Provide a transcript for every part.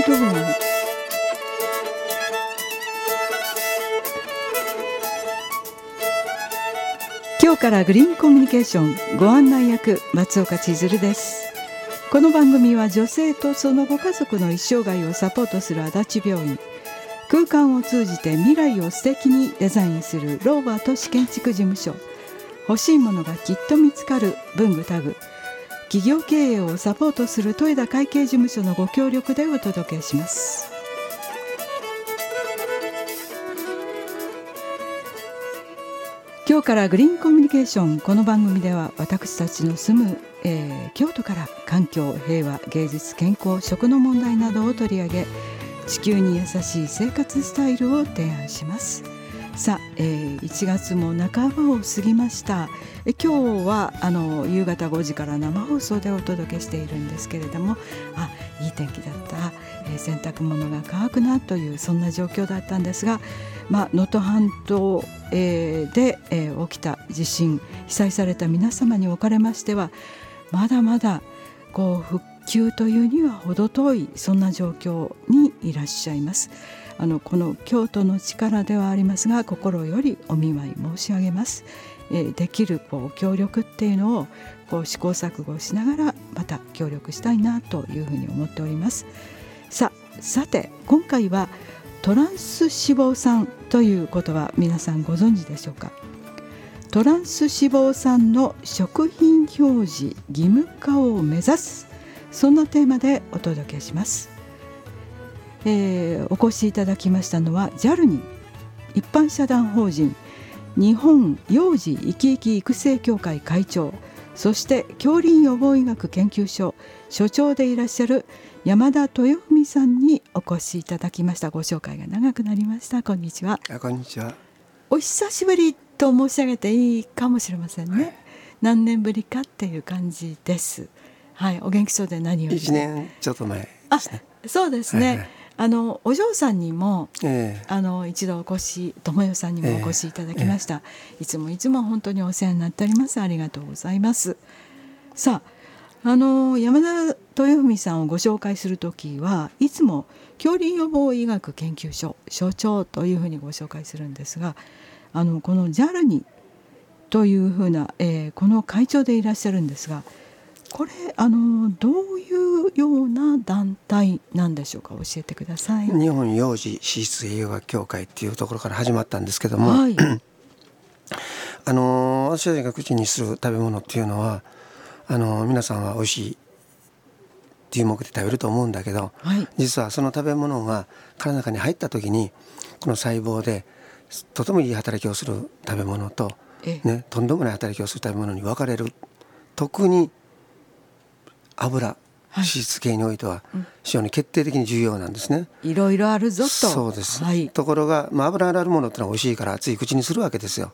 ドーン。今日からグリーンコミュニケーションご案内役松岡千鶴です。この番組は女性とそのご家族の一生涯をサポートする足立病院、空間を通じて未来を素敵にデザインするローバー都市建築事務所、欲しいものがきっと見つかる文具タグ、企業経営をサポートする豊田会計事務所のご協力でお届けします。今日からグリーンコミュニケーション。この番組では私たちの住む、京都から環境、平和、芸術、健康、食の問題などを取り上げ、地球に優しい生活スタイルを提案します。さあ、1月も半ばを過ぎました。今日は夕方5時から生放送でお届けしているんですけれども、いい天気だった、洗濯物が乾くなというそんな状況だったんですが、能登半島、で、起きた地震、被災された皆様におかれましてはまだまだ復旧というには程遠い、そんな状況にいらっしゃいます。この京都の力ではありますが、心よりお見舞い申し上げます。できる協力っていうのを試行錯誤しながらまた協力したいなというふうに思っております。さて今回はトランス脂肪酸という言葉、皆さんご存知でしょうか。トランス脂肪酸の食品表示義務化を目指す、そんなテーマでお届けします。お越しいただきましたのは JAL に一般社団法人日本幼児生き生き育成協会会長、そして杏林予防医学研究所所長でいらっしゃる山田豊文さんにお越しいただきました。ご紹介が長くなりました。こんにちは。 こんにちは。 お久しぶりと申し上げていいかもしれませんね。何年ぶりかっていう感じです。お元気そうで何より。 1年ちょっと前ですね。 そうですね。お嬢さんにも、一度お越し、智代さんにもお越しいただきました。いつも本当にお世話になっております。ありがとうございます。さあ、山田豊文さんをご紹介するときはいつも杏林予防医学研究所所長というふうにご紹介するんですが、この JAL にというふうな、この会長でいらっしゃるんですが、これどういうような団体なんでしょうか。教えてください。 日本幼児脂質栄養学協会っていうところから始まったんですけども、私たちが口にする食べ物っていうのは皆さんは美味しいっていう目で食べると思うんだけど、実はその食べ物が体の中に入った時にこの細胞でとてもいい働きをする食べ物と、とんでもない働きをする食べ物に分かれる。特に油、脂質系においては非常に決定的に重要なんですね。 いろいろあるぞと。 そうです、ところが、油のあるものってのは美味しいからつい口にするわけですよ。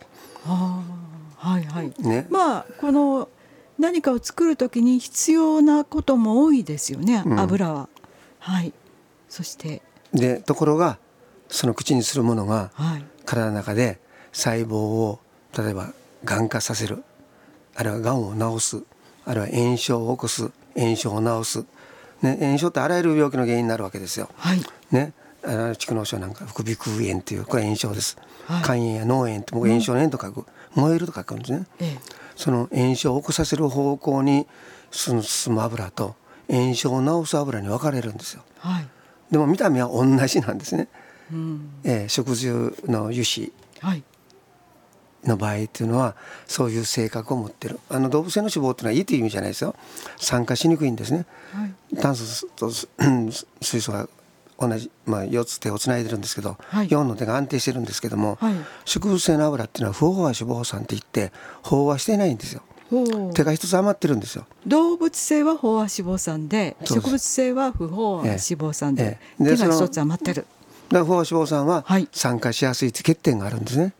この何かを作るときに必要なことも多いですよね、油は。そしてところがその口にするものが、体の中で細胞を例えばがん化させる、あるいはがんを治す、あるいは炎症を起こす、炎症を治す、炎症ってあらゆる病気の原因になるわけですよ。蓄膿症なんか副鼻腔炎っていう、これは炎症です。肝炎や脳炎って炎症の炎と書く、燃えると書くんですね。その炎症を起こさせる方向に進む油と炎症を治す油に分かれるんですよ。でも見た目は同じなんですね。食獣の油脂の場合っていうのはそういう性格を持ってる。動物性の脂肪っていうのはいいという意味じゃないですよ。酸化しにくいんですね。炭素と水素が同じ、4つ手をつないでるんですけど、4の手が安定してるんですけども、植物性の油っていうのは不飽和脂肪酸っていって飽和していないんですよ。手が一つ余ってるんですよ。 動物性は飽和脂肪酸で、植物性は不飽和脂肪酸で、手が一つ余ってる。 だから飽和脂肪酸は酸化しやすい欠点があるんですね。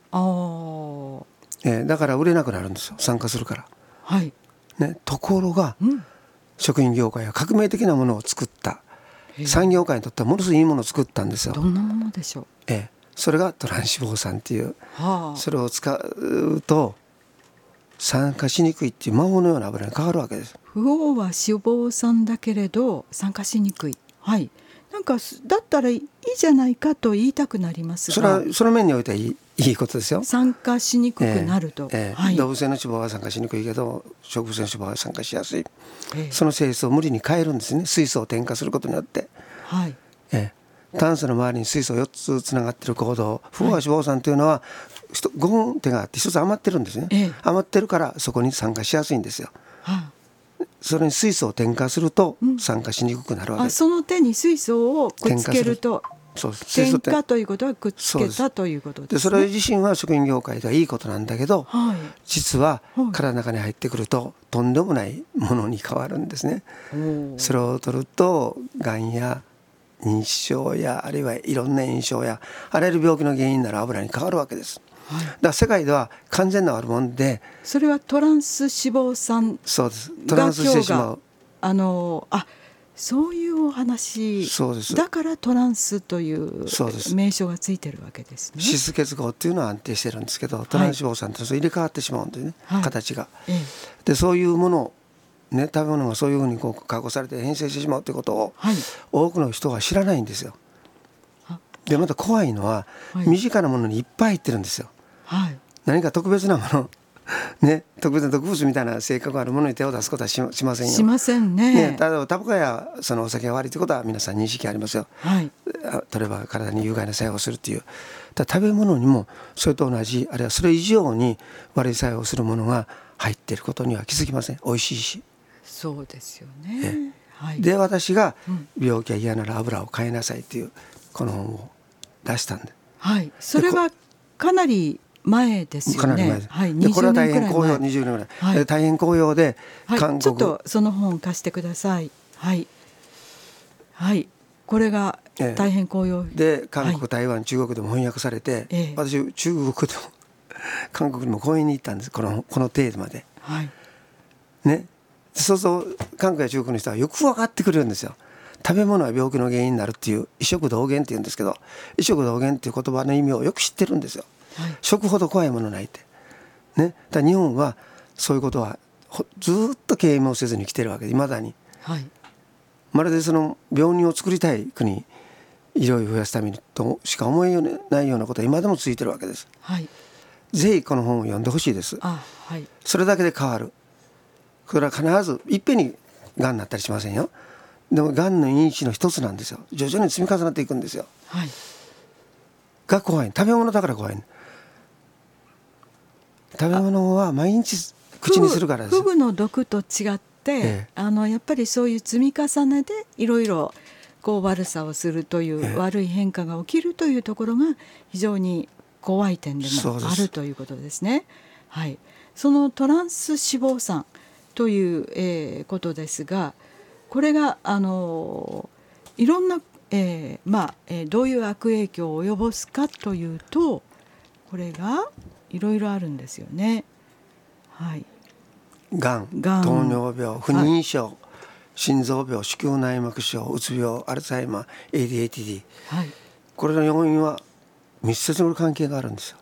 だから売れなくなるんですよ、酸化するから、ところが、食品業界は革命的なものを作った。産業界にとってはものすごいいいものを作ったんですよ。 どんなものでしょう。 それがトランス脂肪酸っていう、それを使うと酸化しにくいっていう魔法のような油に変わるわけです。 不飽和脂肪酸だけれど酸化しにくい。なんなんかだったらいいじゃないかと言いたくなりますが、 それはその面においてはいいことですよ。 参加しにくくなると、 はい、動物性の脂肪は参加しにくいけど植物性の脂肪は参加しやすい、その性質を無理に変えるんですね。水素を添加することによって、 はい、 炭素の周りに水素4つつながっている行動、不飽和脂肪酸というのは5本手があって1つ余ってるんですね、余ってるからそこに参加しやすいんですよ。それに水素を添加すると参加しにくくなるわけです。 その手に水素をくっつけると、添加ということはくっつけたということですね。 それ自身は食品業界ではいいことなんだけど、実は体の中に入ってくるととんでもないものに変わるんですね。それを取るとがんや認知症やあるいはいろんな炎症やあらゆる病気の原因になる油に変わるわけです。だから世界では完全な悪者で、 それはトランス脂肪酸そうです。トランスしてしまう、 そういうお話。 そうです。 だからトランスという名称がついてるわけですね。 脂質結合っていうのは安定してるんですけど、トランス脂肪酸って入れ替わってしまうんですね、形が、でそういうものね、食べ物がそういうふうに加工されて変性してしまうということを、多くの人は知らないんですよ。でまた怖いのは、身近なものにいっぱい入ってるんですよ。何か特別なものね、特別な毒物みたいな性格があるものに手を出すことはしませんよ。 しませんね。 例えばタバコやそのお酒が悪いということは皆さん認識ありますよ。例えば体に有害な作用をするっていう。食べ物にもそれと同じ、あるいはそれ以上に悪い作用をするものが入っていることには気づきません。美味しいし。 そうですよね。 で私が病気や嫌なら油を変えなさいっていうこの本を出したんで、 それはかなり前ですよね。 かなり前です。これは大変好評、20年ぐらい、大変好評で、韓国、 ちょっとその本を貸してください。これが大変好評で、韓国、台湾、中国でも翻訳されて、私中国でも韓国にも講演に行ったんです。このテーマで、ね、そうそう韓国や中国の人はよく分かってくれるんですよ。食べ物は病気の原因になるっていう異食同源っていうんですけど、異食同源っていう言葉の意味をよく知ってるんですよ。食ほど怖いものないって、ね、だから日本はそういうことはずっと啓蒙せずに来てるわけで、いまだに、まるでその病人を作りたい国、医療費を増やすためにとしか思えないようなことは今でも続いてるわけです。ぜひこの本を読んでほしいです。それだけで変わる。それは必ずいっぺんにがんになったりしませんよ。でもがんの因子の一つなんですよ。徐々に積み重なっていくんですよ。が怖い。食べ物だから怖い。食べ物は毎日口にするからです。 フグの毒と違って、やっぱりそういう積み重ねでいろいろ悪さをするという悪い変化が起きるというところが非常に怖い点でもあるということですね。そのトランス脂肪酸という、ことですが、これがいろんな、どういう悪影響を及ぼすかというと、これがいろいろあるんですよね。 がん、糖尿病、不妊症、心臓病、子宮内膜症、うつ病、アルツハイマー、ADHD、これの要因は密接な関係があるんですよ。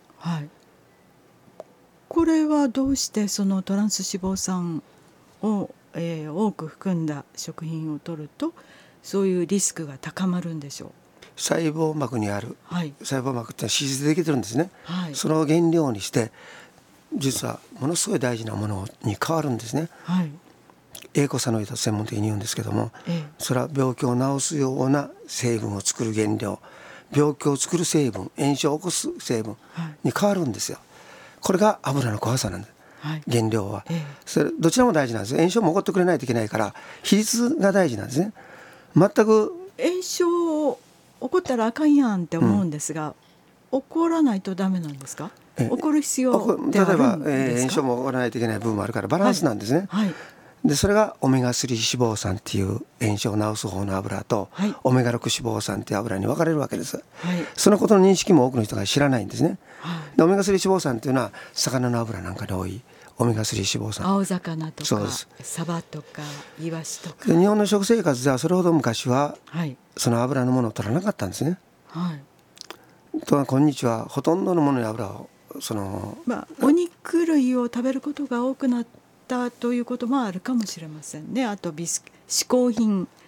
これはどうしてそのトランス脂肪酸を、多く含んだ食品を摂るとそういうリスクが高まるんでしょう。 細胞膜にある、細胞膜ってのは脂質でできてるんですね。それを原料にして実はものすごい大事なものに変わるんですね。エイコサノイドと専門的に言うんですけども、それは病気を治すような成分を作る原料、病気を作る成分、炎症を起こす成分に変わるんですよ。これが油の怖さなんです。原料は、それどちらも大事なんです。炎症も起こってくれないといけないから比率が大事なんですね。全く炎症起こったらあかんやんって思うんですが、起こらないとダメなんですか？起こる必要ってあるんですか？例えば、 炎症も起こらないといけない部分もあるからバランスなんですね。でそれがオメガ3脂肪酸っていう炎症を治す方の油と、オメガ6脂肪酸っていう油に分かれるわけです。そのことの認識も多くの人が知らないんですね。でオメガ3脂肪酸っていうのは魚の油なんかに多いオメガ3脂肪酸、 青魚とかサバとかイワシとか。 で日本の食生活ではそれほど昔はその油のものを取らなかったんですね。と今日はほとんどのものに油をお肉類を食べることが多くなったということもあるかもしれませんね。あと嗜好品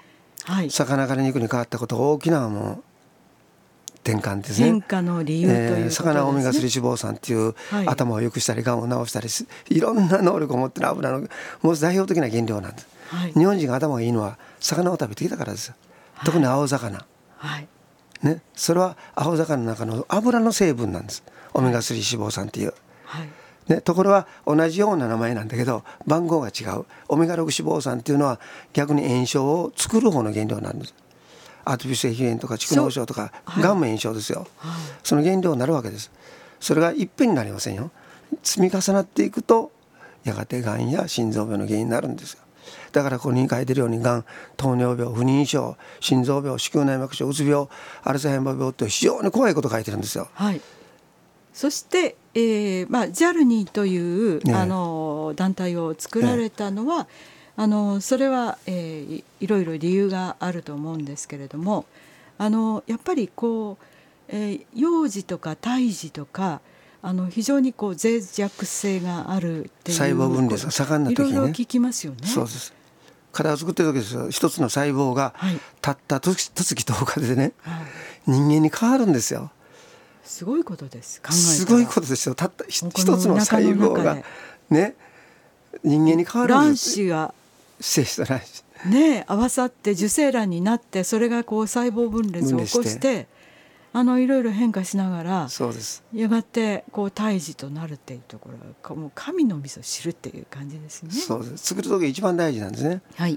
はい、 魚から肉に変わったことが大きなもう転換ですね。 変化の理由ということですね。 魚はオメガ3脂肪酸っていう、 はい、 頭を良くしたりがんを治したりいろんな能力を持っている油のもう代表的な原料なんです、 はい、 日本人が頭がいいのは魚を食べてきたからですよ。特に青魚、 はいね、それは青魚の中の油の成分なんです。オメガ3脂肪酸っていう、 はいね、ところは同じような名前なんだけど番号が違う。オメガ6脂肪酸っていうのは逆に炎症を作る方の原料なんです。アトピー性皮膚炎とか蓄膿症とかがんも炎症ですよ、はい、その原料になるわけです。それがいっぺんになりませんよ。積み重なっていくとやがてがんや心臓病の原因になるんですよ。だからここに書いてるようにがん、糖尿病、不妊症、心臓病、子宮内膜症、うつ病、アルツハイマー病って非常に怖いこと書いてるんですよ。 はい、そして、JALNI という、 ね、 団体を作られたのは、それは、いろいろ理由があると思うんですけれども、やっぱりこう、幼児とか胎児とか非常にこう脆弱性があるっていう細胞分裂が盛んな時にね、 いろいろ聞きますよね。 そうです。体を作ってる時ですよ。一つの細胞がたった十月10日でね、はい、人間に変わるんですよ。 すごいことです。考えたらすごいことですよ。たった一つの細胞がね、人間に変わるんです。 卵子が精子と卵子ね合わさって受精卵になって、それがこう細胞分裂を起こしていろいろ変化しながら、 そうです。 やがてこう胎児となるっていうところはもう神のみぞ知るっていう感じですね。 そうです。作る時が一番大事なんですね。 はい。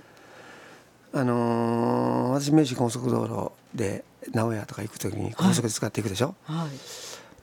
私名神高速道路で名古屋とか行く時に高速で使っていくでしょ、はい、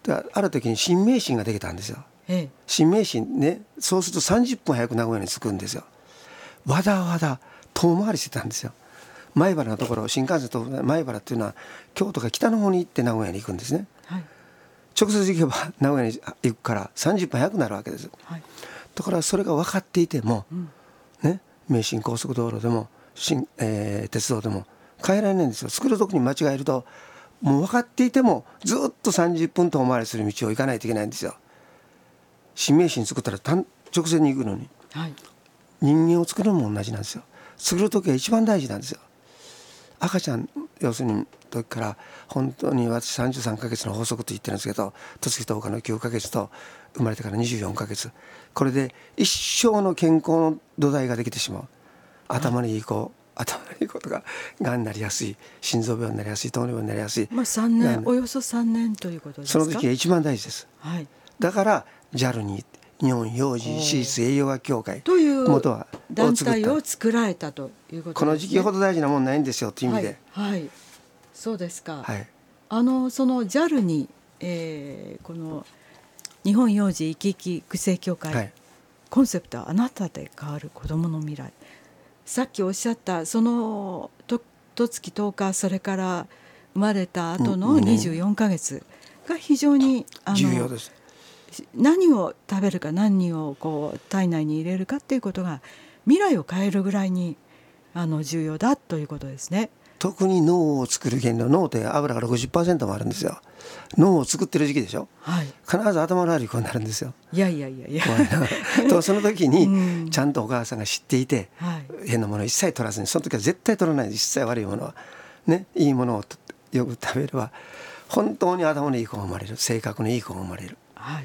である時に新名神ができたんですよ、新名神ね。そうすると30分早く名古屋に着くんですよ。わざわざ遠回りしてたんですよ。米原のところ、新幹線と米原っていうのは京都か北の方に行って名古屋に行くんですね、はい、直接行けば名古屋に行くから30分早くなるわけです、はい、だからそれが分かっていても、ね、名神高速道路でも鉄道でも変えられないんですよ。作る時に間違えるともう分かっていてもずっと30分遠回りする道を行かないといけないんですよ。新名神作ったら直線に行くのに、はい、人間を作るのも同じなんですよ。作る時が一番大事なんですよ。赤ちゃん要するに時から本当に私33ヶ月の法則と言ってるんですけど、十月10日の9ヶ月と生まれてから24ヶ月、これで一生の健康の土台ができてしまう。頭のいい子とかがんになりやすい、心臓病になりやすい、糖尿病になりやすい、 3年およそ3年ということですか。 その時が一番大事です、はい、だから JAL に日本幼児私立栄養学協会という団体を作られたということですね。 この時期ほど大事なもんないんですよという意味で、 はいはい、そうですか、 はい、 その JAL に、この日本幼児生き生き育成協会、はい、コンセプトはあなたで変わる子どもの未来。さっきおっしゃったその十月10日、それから生まれた後の24ヶ月が非常に重要です。 何を食べるか何をこう体内に入れるかっていうことが未来を変えるぐらいに重要だということですね。 特に脳を作る原料、脳って油が 60% もあるんですよ。脳を作ってる時期でしょ、はい、必ず頭の悪い子になるんですよ。 いやとその時にちゃんとお母さんが知っていて、変なものを一切取らずに、その時は絶対取らないで、一切悪いものはね、いいものをよく食べれば本当に頭のいい子が生まれる、性格のいい子が生まれる、 はい、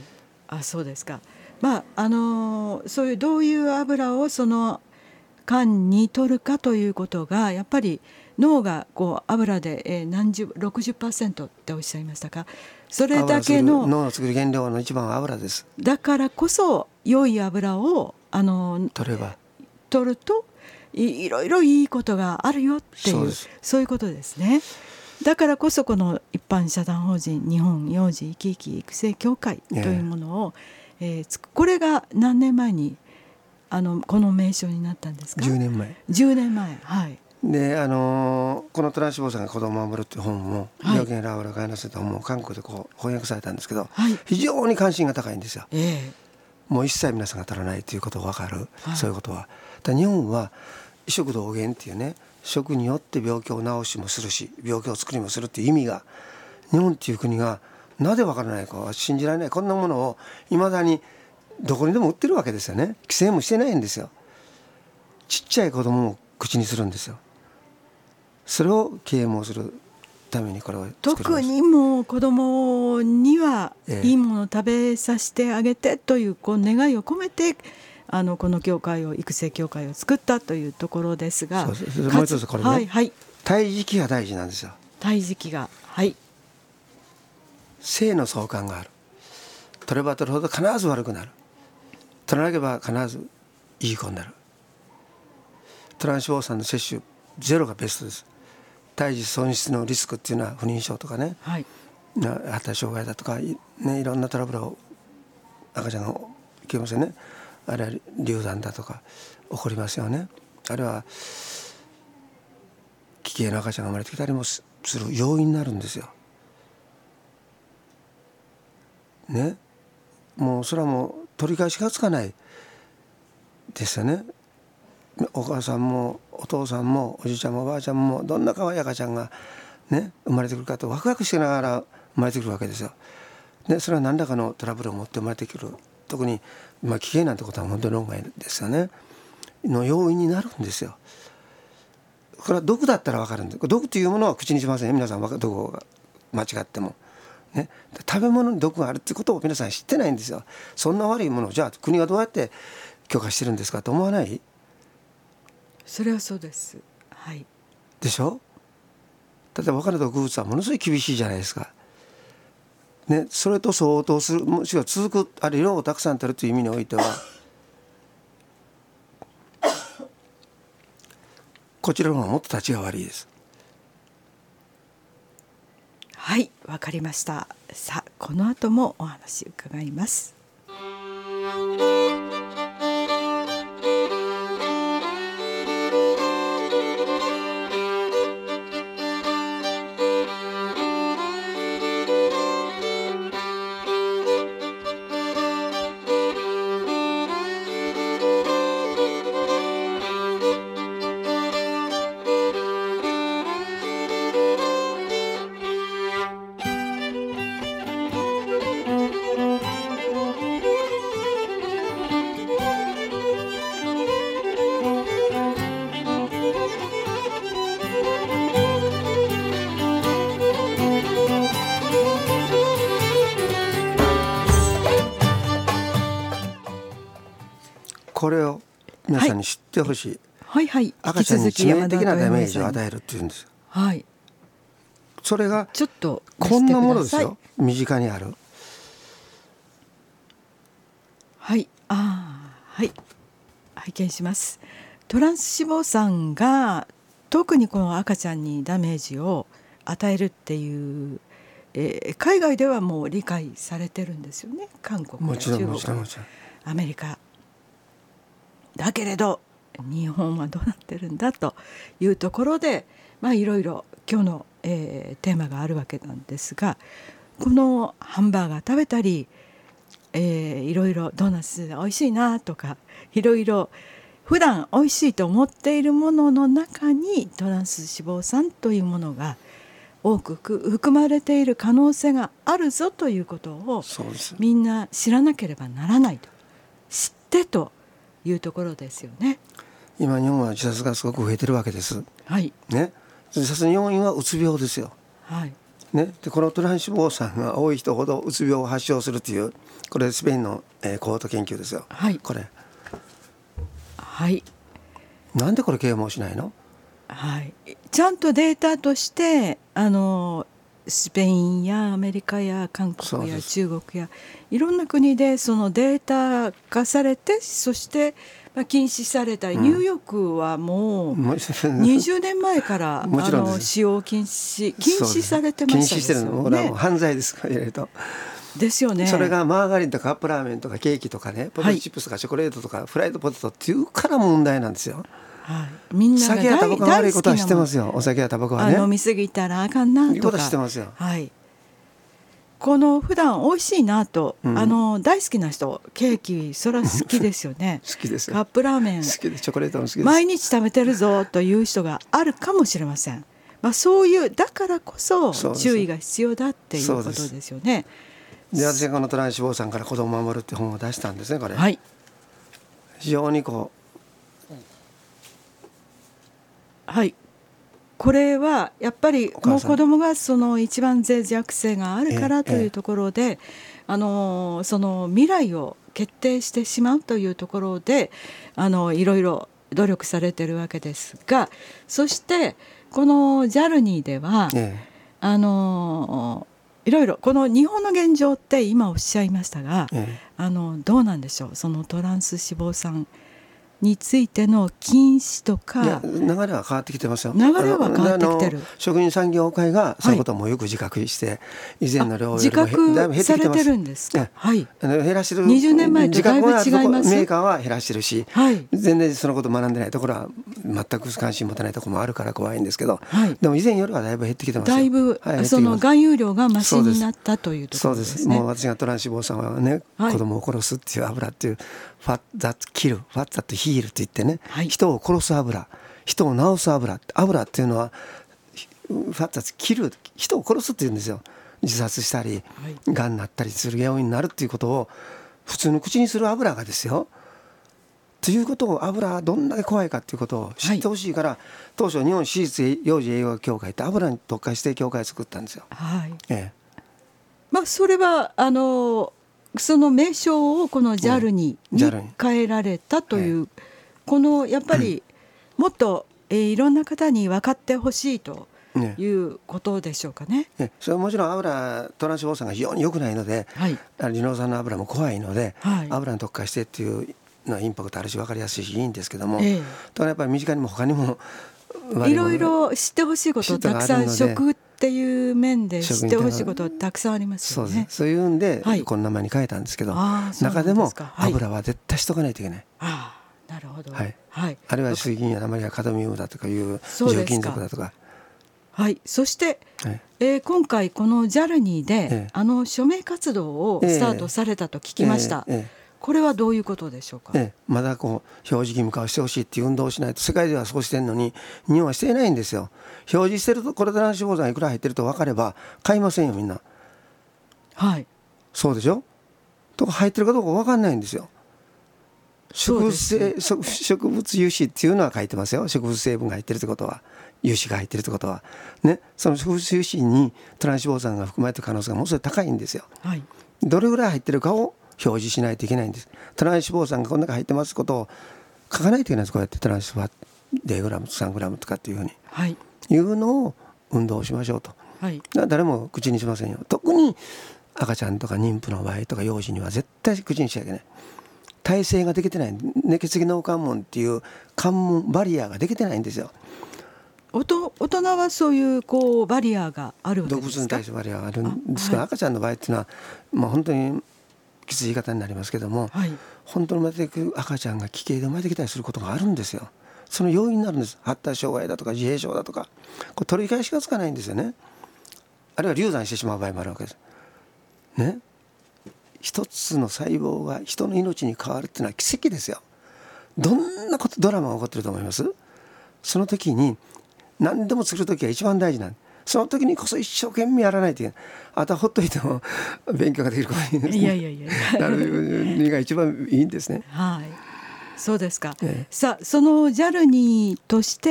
そうですか。そういうどういう油をその間に取るかということがやっぱり脳がこう油で60% っておっしゃいましたか。それだけの脳の作る原料の一番は油です。 だからこそ良い油を取るといろいろいいことがあるよっていう、そういうことですね。だからこそこの一般社団法人日本幼児生き生き育成協会というものを、これが何年前にこの名称になったんですか。 10年前、 はい。 でこのトランス脂肪酸が子供を守るっていう本も、病気のラウラがやらせた本も韓国でこう翻訳されたんですけど、はい、非常に関心が高いんですよ、もう一切皆さんが取らないということが分かる、はい、そういうことは。だ日本は医食同源っていうね、食によって病気を治しもするし病気を作りもするっていう意味が、日本っていう国がなぜ分からないかは信じられない。こんなものをいまだにどこにでも売ってるわけですよね。規制もしてないんですよ。ちっちゃい子供も口にするんですよ。 それを啓蒙するためにこれを作りました。 特にもう子供にはいいものを食べさせてあげてという、こう願いを込めてこの教会を育成教会を作ったというところですが、 もう一つこれね、 はいはい、 胎児期が大事なんですよ。 胎児期が、はい、 性の相関がある。取れば取るほど必ず悪くなる。取らなければ必ずいい子になる。トランス脂肪酸の摂取ゼロがベストです。胎児損失のリスクっていうのは不妊症とかね、 はい、 発達障害だとか、ね、いろんなトラブルを赤ちゃんがいけますよね。あるいは流産だとか起こりますよね。あるいは奇形の赤ちゃんが生まれてきたりもする要因になるんですよ。ね、もうそれはもう取り返しがつかないですよね。お母さんもお父さんもおじいちゃんもおばあちゃんもどんな可愛い赤ちゃんが、ね、生まれてくるかとワクワクしながら生まれてくるわけですよ。でそれは何らかのトラブルを持って生まれてくる、特に奇形なんてことは本当に論外ですよねの要因になるんですよ。これは毒だったら分かるんです。毒というものは口にしませんよ皆さん。毒が間違っても、ね、食べ物に毒があるってことを皆さん知ってないんですよ。そんな悪いものをじゃあ国がどうやって許可してるんですかと思わない？ それはそうです、はい、 でしょ。例えば他の毒物はものすごい厳しいじゃないですか、ね、それと相当する、むしろ続く、あるいは量をたくさん取るという意味においてはこちらの方がもっと立ちが悪いです。 はい、わかりました。さあこの後もお話伺います。 これを皆さんに知ってほしい、 はいはい、 赤ちゃんに致命的なダメージを与えるっていうんですよ。 はい、 それがちょっとこんなものですよ、身近にある。 はい、はい、拝見します。トランス脂肪酸が特にこの赤ちゃんにダメージを与えるっていう、海外ではもう理解されてるんですよね。韓国や中国、アメリカだけれど日本はどうなってるんだというところで、いろいろ今日の、テーマがあるわけなんですが、このハンバーガー食べたり、いろいろドーナツ美味しいなとか、いろいろ普段美味しいと思っているものの中にトランス脂肪酸というものが多く含まれている可能性があるぞということをみんな知らなければならないと、知ってというところですよね。 今日本は自殺がすごく増えてるわけです、 はいね、自殺の要因はうつ病ですよ、 はいね、でこのトランス脂肪酸が多い人ほどうつ病を発症するという、これスペインの、コート研究ですよ、 はい、 これ、 はい、 なんでこれ啓蒙しないの？ はい、ちゃんとデータとしてスペインやアメリカや韓国や中国やいろんな国でそのデータ化されて、そして禁止されたり、ニューヨークはもう20年前から使用禁止されてましたですよね。禁止してるの、 俺はもう犯罪ですから入れるとですよね。 それがマーガリンとかカップラーメンとかケーキとかね、ポテトチップスとかチョコレートとかフライドポテトっていうから問題なんですよ。 はい、みんなが酒やタバコが悪いことは知ってますよ。お酒やタバコはね、 飲みすぎたらあかんなとかいうことは知ってますよ。 はい、この普段美味しいなと、大好きな人、ケーキそら好きですよね好きですよ。 カップラーメン好きです。チョコレートも好きです。 毎日食べてるぞという人があるかもしれません。そういうだからこそ注意が必要だっていうことですよね。 で私がこのトランス脂肪酸から子供を守るって本を出したんですね。これ、 はい、 非常にこう、 はい、 これはやっぱりもう子供がその一番脆弱性があるからというところで、その未来を決定してしまうというところでいろいろ努力されているわけですが、そしてこの JALNI では、いろいろこの日本の現状って今おっしゃいましたが、どうなんでしょう、そのトランス脂肪酸についての禁止とか。 いや、流れは変わってきてますよ。 流れは変わってきてる。 食品産業会がそういうこともよく自覚して、以前の量よりもだいぶ減ってきてます。 自覚されてるんですか。はい、 減らしてる。 20年前とだいぶ違います。 メーカーは減らしてるし、全然そのこと学んでないところは全く関心持たないところもあるから怖いんですけど、でも以前よりはだいぶ減ってきてますよ。 だいぶ、その含有量が増しになったというところですね。 そうです。もう私がトランス脂肪酸はね、子供を殺すっていう油っていうファッthat kill, fat that heal って言ってね、人を殺す油、人を治す油っていうのはファッthat kill、人を殺すっていうんですよ。自殺したり、がんになったりする原因になるっていうことを普通の口にする油がですよ。ということを油はどんだけ怖いかっていうことを知ってほしいから、当初日本脂質幼児栄養学協会って油に特化して協会を作ったんですよ。 それはその名称をこの JALNI に変えられたという、このやっぱりもっといろんな方に分かってほしいということでしょうかね。 それはもちろん油トランス脂肪酸が非常に良くないので、リノ酸の油も怖いので、油に特化してっていうのはインパクトあるし分かりやすいしいいんですけども、ただやっぱり身近にも他にもいろいろ知ってほしいことたくさん、食っていう面で知ってほしいことたくさんありますよね。 そういうんで、この名前に変えたんですけど、中でも油は絶対しとかないといけない。 なるほど。 あるいは水銀や鉛やカドミウムだとかいう重金属だとか。 そして、今回この JALNI で、署名活動をスタートされたと聞きました。これはどういうことでしょうか。 まだこう表示義務化をしてほしいっていう運動をしないと、世界ではそうしてるのに日本はしていないんですよ。表示してるとこれトランス脂肪酸いくら入ってると分かれば買いませんよみんな。そうでしょ。とか入ってるかどうか分かんないんですよ。植物油脂っていうのは書いてますよ。植物成分が入ってるってことは、油脂が入ってるってことはね、その植物油脂にトランス脂肪酸が含まれている可能性がものすごい高いんですよ。どれぐらい入ってるかを表示しないといけないんです。トランス脂肪酸がこの中入ってますことを書かないといけないんです。こうやってトランスファッ0グラム3グラムとかっていうふうに、いうのを運動しましょうと、誰も口にしませんよ。特に赤ちゃんとか妊婦の場合とか幼児には絶対口にしちゃいけない。耐性ができてない、血液脳関門っていう関門バリアができてないんですよ。 大人はそういうバリアがあるわけですか。 動物に対してバリアがあるんですが、赤ちゃんの場合っていうのは、本当にきつい言い方になりますけども、本当に生まれていく赤ちゃんが奇形で生まれてきたりすることがあるんですよ。その要因になるんです。発達障害だとか自閉症だとか、これ取り返しがつかないんですよね。あるいは流産してしまう場合もあるわけですね。一つの細胞が人の命に変わるっていうのは奇跡ですよ。どんなドラマが起こってると思います？その時に何でも作る時が一番大事なん。その時にこそ一生懸命やらないといけない。あとはほっといても勉強ができることになるのが一番いいんですね。 そうですか。さあ、その JALNI として、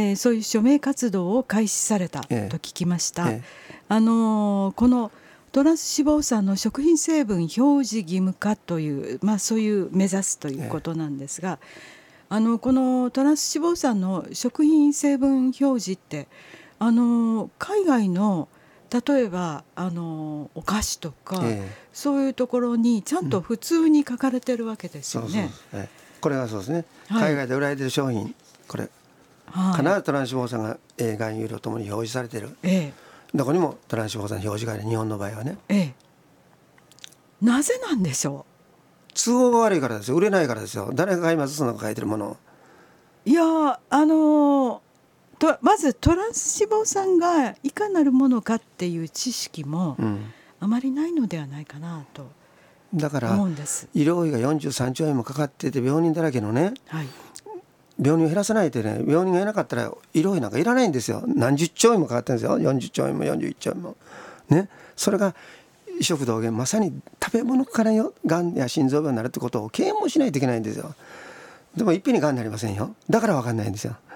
そういう署名活動を開始されたと聞きました。このトランス脂肪酸の食品成分表示義務化という、そういう目指すということなんですが、このトランス脂肪酸の食品成分表示って海外の例えばお菓子とか、そういうところにちゃんと普通に書かれてるわけですよね。 これはそうですね。海外で売られてる商品、これ必ずトランス脂肪酸が含有量ともに表示されてる。どこにもトランス脂肪酸表示がある。日本の場合はね、 なぜなんでしょう。 都合が悪いからですよ。売れないからですよ。誰が買います？その書いてるものを。 いや、まずトランス脂肪酸がいかなるものかっていう知識もあまりないのではないかなと思うんです。 医療費が43兆円もかかってて、病人だらけのね、病人を減らさないとね、病人がいなかったら医療費なんかいらないんですよ。何十兆円もかかってるんですよ。40兆円も41兆円もね。それが医食同源、まさに食べ物からがんや心臓病になるってことを啓蒙しないといけないんですよ。でもいっぺんにがんになりませんよ。だから分かんないんですよ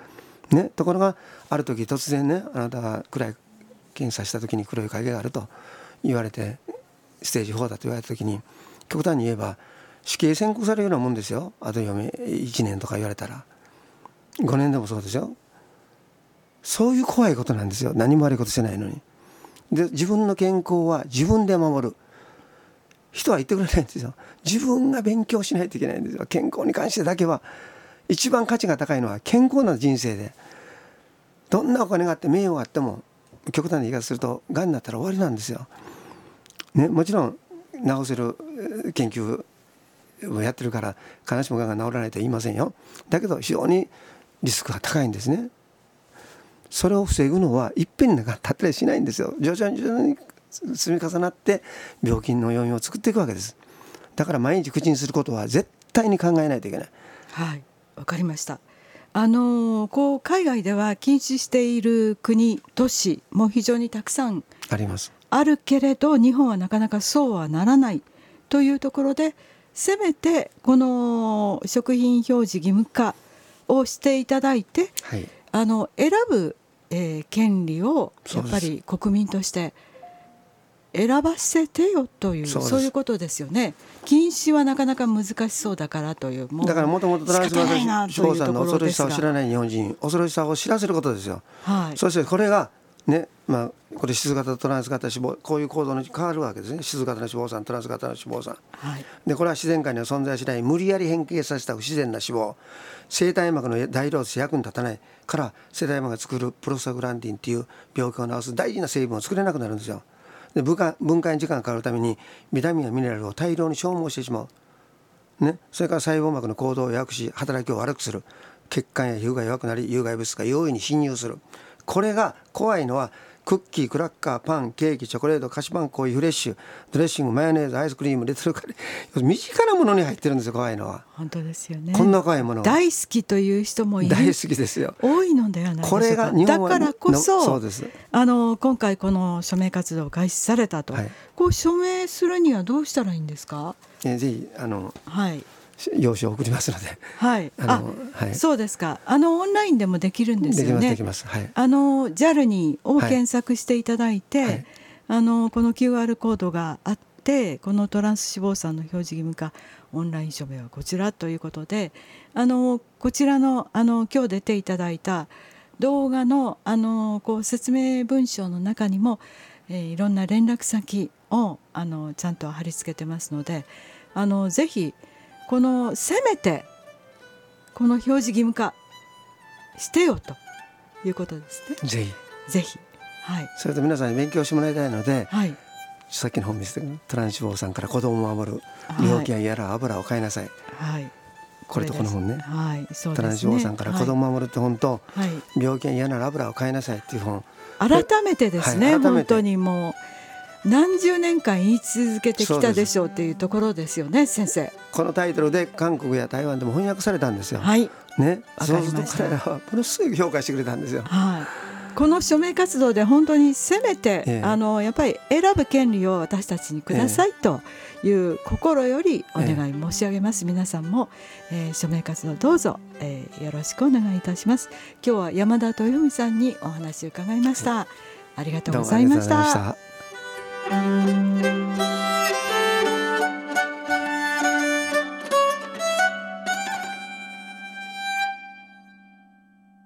ね、ところがある時突然ね、あなたが暗い検査した時に黒い影があると言われて、ステージ4だと言われた時に、極端に言えば死刑宣告されるようなもんですよ。あと1年とか言われたら、5年でもそうですよ。そういう怖いことなんですよ。何も悪いことしてないのに。で、自分の健康は自分で守る。人は言ってくれないんですよ。自分が勉強しないといけないんですよ。健康に関してだけは一番価値が高いのは健康な人生で、どんなお金があって名誉があっても、極端な言い方するとがんになったら終わりなんですよ、ね、もちろん治せる研究をやってるから必ずしもがんが治らないとは言いませんよ。だけど非常にリスクが高いんですね。それを防ぐのはいっぺんに立ったりしないんですよ。徐々に積み重なって病気の要因を作っていくわけです。だから毎日口にすることは絶対に考えないといけない。 はい、わかりました。こう海外では禁止している国都市も非常にたくさんあります。 あるけれど、日本はなかなかそうはならないというところで、せめてこの食品表示義務化をしていただいて、 はい、 選ぶ、権利をやっぱり国民として選ばせてよという、そういうことですよね。禁止はなかなか難しそうだからという、 だからもともとトランス脂肪酸の恐ろしさを知らない日本人、恐ろしさを知らせることですよ、はい、そしてこれがね、これ質型とトランス型脂肪、こういう構造に変わるわけですね。質型の脂肪酸、トランス型の脂肪酸、はい、でこれは自然界には存在しない無理やり変形させた不自然な脂肪、生体膜の大量として役に立たないから生体膜が作るプロスタグランディンっていう病気を治す大事な成分を作れなくなるんですよ。で分解に時間がかかるためにビタミンやミネラルを大量に消耗してしまう、ね、それから細胞膜の構造を弱くし働きを悪くする。血管や皮膚が弱くなり有害物質が容易に侵入する。これが怖いのはクッキー、クラッカー、パン、ケーキ、チョコレート、菓子パン、コーヒー、フレッシュ、ドレッシング、マヨネーズ、アイスクリーム、レトルカレー、身近なものに入ってるんですよ。怖いのは本当ですよね。 こんな怖いもの大好きという人も大好きですよ。 多いのではないでしょうか。 これが日本はだからこそ、 そうです。 今回この署名活動を開始されたと、はい、こう署名するにはどうしたらいいんですか。 ぜひはい、 用紙を送りますので、 はい、はい、そうですか。オンラインでもできるんですよね。 できます、はい、 JAL にを検索していただいて、はい、この QR コードがあって、このトランス脂肪酸の表示義務化オンライン署名はこちらということで、こちらの今日出ていただいた動画のこう説明文章の中にも、いろんな連絡先をちゃんと貼り付けてますので、ぜひせめてこの表示義務化してよということですね。ぜひ、はい、 それと皆さんに勉強してもらいたいので、はい、さっきの本見せてトランス脂肪酸から子供を守る、病気ややら油を買いなさい、はい、これとこの本ね、はい、そうですね、トランス脂肪酸から子供を守るって本と、はい、病気ややら油を買いなさいっていう本、 改めてですね、はい、本当にもう何十年間言い続けてきたでしょうっていうところですよね。先生、 このタイトルで韓国や台湾でも翻訳されたんですよ。 はい、 ね、そうすると彼らはものすごい評価してくれたんですよ。 はい、この署名活動で本当にせめて、やっぱり選ぶ権利を私たちにくださいという心よりお願い申し上げます。皆さんも、署名活動どうぞ、よろしくお願いいたします。今日は山田豊文さんにお話を伺いました。ありがとうございました。